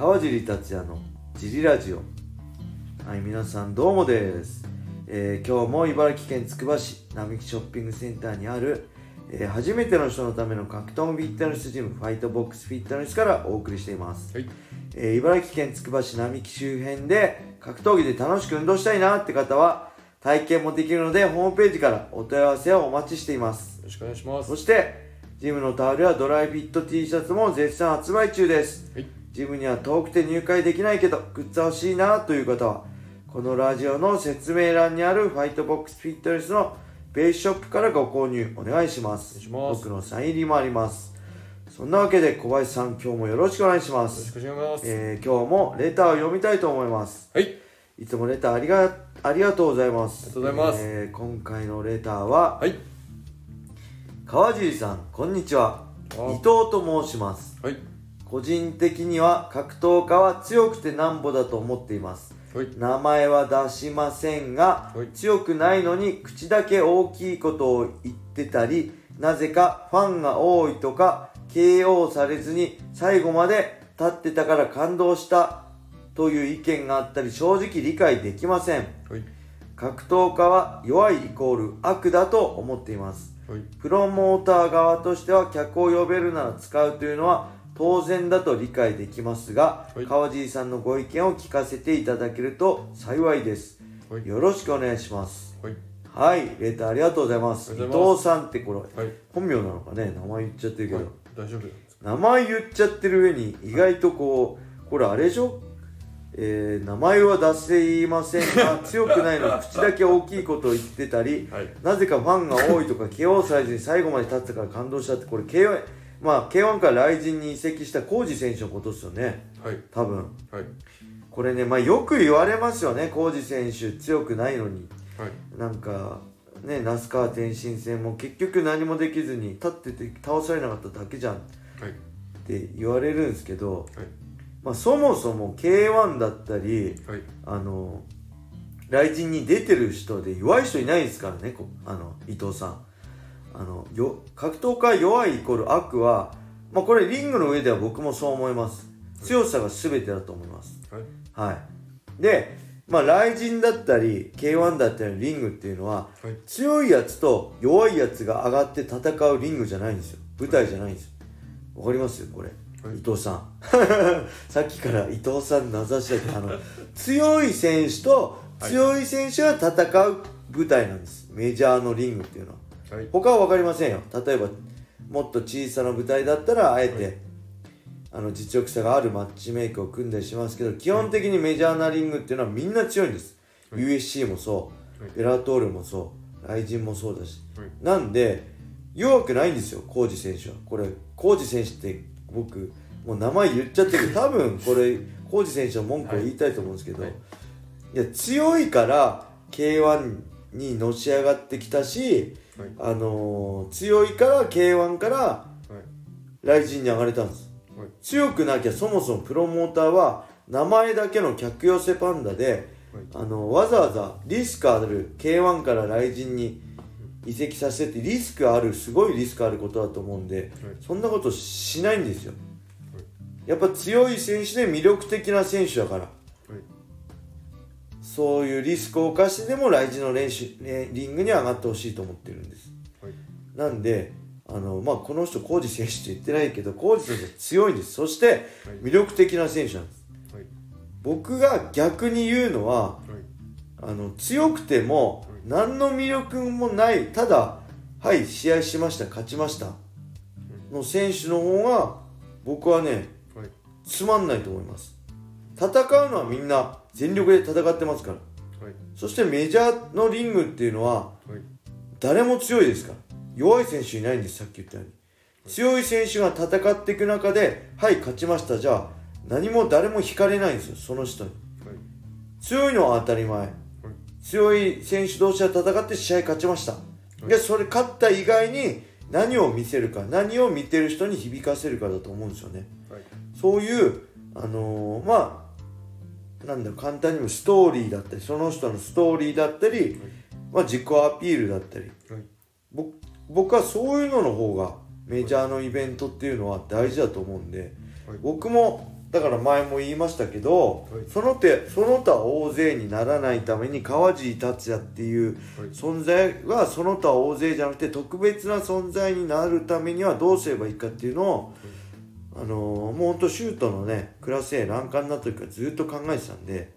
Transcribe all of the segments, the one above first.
川尻達也のジリラジオ。はい、皆さんどうもです。今日も茨城県つくば市並木ショッピングセンターにある、初めての人のための格闘技フィットネスジムファイトボックスフィットネスからお送りしています。はい、茨城県つくば市並木周辺で格闘技で楽しく運動したいなって方は体験もできるので、ホームページからお問い合わせをお待ちしています。 よろしくお願いします。 そしてジムのタオルやドライフィット T シャツも絶賛発売中です。はい、ジムには遠くて入会できないけどグッズ欲しいなという方は、このラジオの説明欄にあるファイトボックスフィットネスのベースショップからご購入お願いします。僕のサイン入りもあります。そんなわけで小林さん、今日もよろしくお願いします。 よろしくお願いします。 今日もレターを読みたいと思います。 はい。 いつもレターありがとうございます。 ありがとうございます。 今回のレターは、 はい。 川尻さん、こんにちは。伊藤と申します。 はい。 個人的には格闘家は強くてなんぼだと思っています。 はい。 名前は出しませんが、 はい、 強くないのに口だけ大きいことを言ってたり、なぜかファンが多いとか KO されずに最後まで立ってたから感動したという意見があったり、正直理解できません。 はい、 格闘家は弱いイコール悪だと思っています。 はい、 プロモーター側としては客を呼べるなら使うというのは当然だと理解できますが、 はい、 川尻さんのご意見を聞かせていただけると幸いです。はい、よろしくお願いします。はい、はい、レターありがとうございます。伊藤さんってこれ、はい、本名なのかね、名前言っちゃってるけど、はい、 大丈夫です。 名前言っちゃってる上に意外とこれあれでしょ、名前は出せませんが強くないのに口だけ大きいことを言ってたり、はい、なぜかファンが多いとか KO されずに最後まで立ったから感動したって、これ K1 からライジンに移籍したコージ選手のことですよね。はい、多分、はい、これね、よく言われますよね。コージ選手強くないのに、はい、なんかね、那須川天心戦も結局何もできずに立ってて倒されなかっただけじゃん、はい、って言われるんですけど、はい、そもそも K1 だったり、はい、ライジンに出てる人で弱い人いないですからね、伊藤さん。格闘家弱いイコール悪は、これリングの上では僕もそう思います。強さが全てだと思います。はい。はい、で、ライジンだったり K1 だったりのリングっていうのは、はい、強いやつと弱いやつが上がって戦うリングじゃないんですよ。舞台じゃないんですよ。わかりますこれ、はい、伊藤さん。さっきから伊藤さん名指しだけど、強い選手と強い選手が戦う舞台なんです。メジャーのリングっていうのは。はい、他は分かりませんよ。例えばもっと小さな舞台だったらあえて、はい、実力差があるマッチメイクを組んだりしますけど、基本的にメジャーなリングっていうのはみんな強いんです。はい、USC もそう、はい、ベラトールもそうライジンもそうだし、はい、なんで弱くないんですよ、コージ選手は。これコージ選手って僕もう名前言っちゃってるけど、多分これコージ選手の文句を言いたいと思うんですけど、はい、いや強いから K1 にのし上がってきたし、はい、強いから K1 からライジンに上がれたんです、はい、強くなきゃそもそもプロモーターは名前だけの客寄せパンダで、はい、わざわざリスクある K1 からライジンに移籍させてってすごいリスクあることだと思うんで、はい、そんなことしないんですよ、はい、やっぱ強い選手で魅力的な選手だから、そういうリスクを冒してでもライジンのリングに上がってほしいと思ってるんです、はい、なんでこの人コージ選手って言ってないけど、コージ選手は強いんです。そして魅力的な選手なんです、はい、僕が逆に言うのは、はい、強くても何の魅力もない、ただはい試合しました勝ちましたの選手の方が僕はね、はい、つまんないと思います。戦うのはみんな全力で戦ってますから、はい、そしてメジャーのリングっていうのは、はい、誰も強いですから、弱い選手いないんです。さっき言ったように、はい、強い選手が戦っていく中ではい勝ちました、じゃあ何も誰も惹かれないんですよ、その人に、はい、強いのは当たり前、はい、強い選手同士は戦って試合勝ちました、はい、でそれ勝った以外に何を見せるか、何を見てる人に響かせるかだと思うんですよね、はい、そういう簡単にもストーリーだったり、その人のストーリーだったり、自己アピールだったり、はい、僕はそういうのの方がメジャーのイベントっていうのは大事だと思うんで、はい、僕もだから前も言いましたけど、その他大勢にならないために川尻達也っていう存在がその他大勢じゃなくて特別な存在になるためにはどうすればいいかっていうのを、もうほんとシュートのねクラス A 難関になった時からずっと考えてたんで、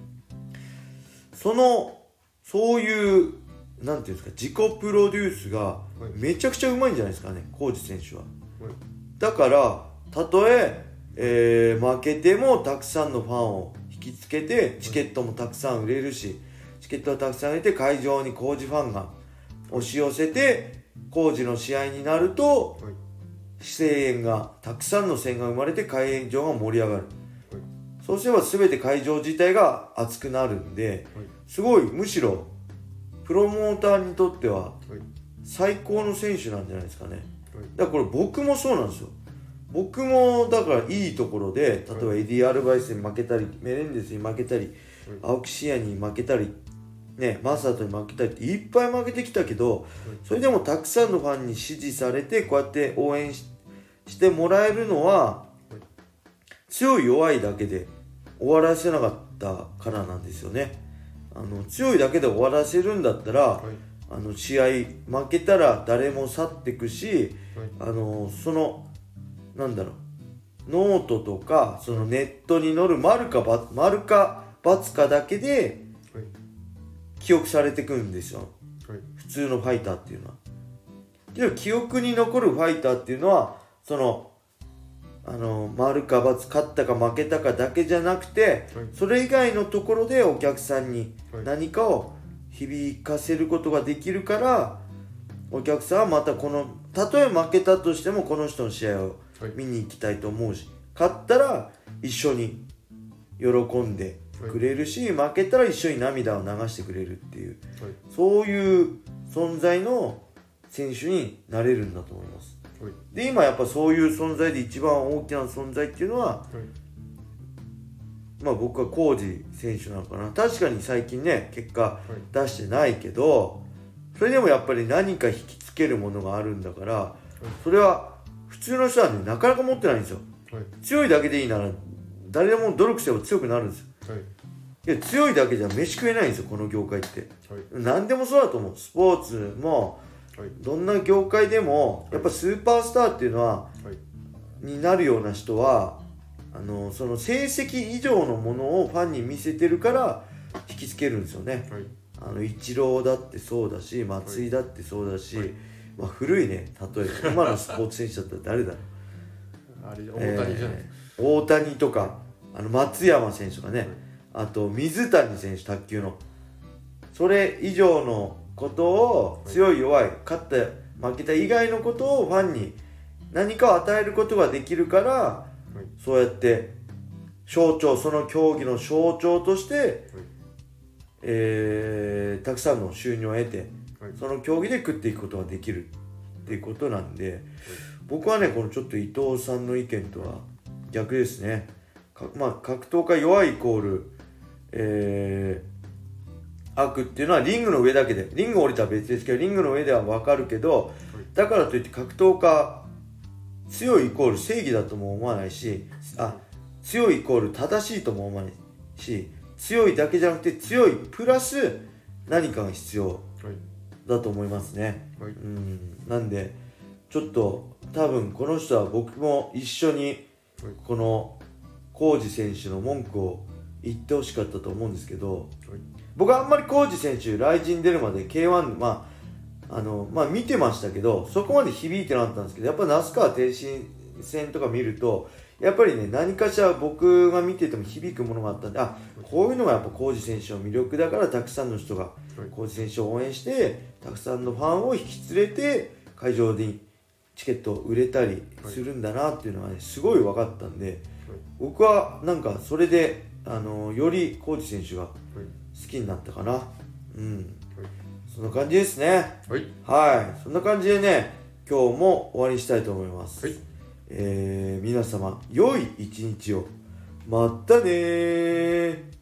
そういうなんていうんですか、自己プロデュースがめちゃくちゃうまいんじゃないですかね、浩二選手は。だからたとえ負けてもたくさんのファンを引きつけてチケットもたくさん売れるし、チケットをたくさん売れて会場に浩二ファンが押し寄せて浩二の試合になると声援がたくさんの声援が生まれて会場が盛り上がる。そうすれば全て会場自体が熱くなるんで、すごいむしろプロモーターにとっては最高の選手なんじゃないですかね。だからこれ僕もそうなんですよ。僕もだからいいところで、例えばエディ・アルバイスに負けたり、メレンデスに負けたり、青木真也に負けたりね、マサトに負けたりっていっぱい負けてきたけど、それでもたくさんのファンに支持されてこうやって応援してもらえるのは、強い弱いだけで終わらせなかったからなんですよね。強いだけで終わらせるんだったら、試合負けたら誰も去っていくし、そのなんだろう、ノートとかそのネットに載る丸か×かだけで記憶されていくんですよ、普通のファイターっていうのは。でも記憶に残るファイターっていうのはその丸か×、勝ったか負けたかだけじゃなくて、それ以外のところでお客さんに何かを響かせることができるから、お客さんはまたたとえ負けたとしてもこの人の試合を見に行きたいと思うし、勝ったら一緒に喜んでくれるし、負けたら一緒に涙を流してくれるっていう、そういう存在の選手になれるんだと思います。で今やっぱそういう存在で一番大きな存在っていうのは、まあ僕は浩二選手なのかな。確かに最近ね結果出してないけど、それでもやっぱり何か引きつけるものがあるんだから、それは普通の人はねなかなか持ってないんですよ。強いだけでいいなら誰でも努力すれば強くなるんですよ。いや強いだけじゃ飯食えないんですよこの業界って。何でもそうだと思う。スポーツもどんな業界でもやっぱスーパースターっていうのはになるような人はその成績以上のものをファンに見せてるから引きつけるんですよね。イチローだってそうだし、松井だってそうだし、まあ、古いね、例えば今のスポーツ選手だったら誰だろうあれ大谷じゃない、 大谷とか松山選手とかね、あと水谷選手、卓球のそれ以上のことを強い弱い勝った負けた以外のことをファンに何かを与えることができるから、そうやって象徴、その競技の象徴として、たくさんの収入を得て、その競技で食っていくことができるっていうことなんで、僕はねこのちょっと伊藤さんの意見とは逆ですね。まあ格闘家弱いイコール、悪っていうのはリングの上だけで、リング降りたら別ですけど、リングの上では分かるけど、だからといって格闘家強いイコール正義だとも思わないし、強いイコール正しいとも思わないし、強いだけじゃなくて強いプラス何かが必要だと思いますね。なんでちょっと多分この人は僕も一緒にこの浩二選手の文句を言ってほしかったと思うんですけど、僕はあんまり浩二選手ライジン出るまで K1 見てましたけど、そこまで響いてなかったんですけど、やっぱ那須川天心戦とか見るとやっぱりね何かしら僕が見てても響くものがあったんで、こういうのがやっぱ浩二選手の魅力だから、たくさんの人が浩二選手を応援してたくさんのファンを引き連れて会場でチケットを売れたりするんだなっていうのはねすごい分かったんで、僕はなんかそれでより浩二選手が好きになったかな。そんな感じですね。そんな感じでね今日も終わりにしたいと思います。皆様良い一日を。またねー。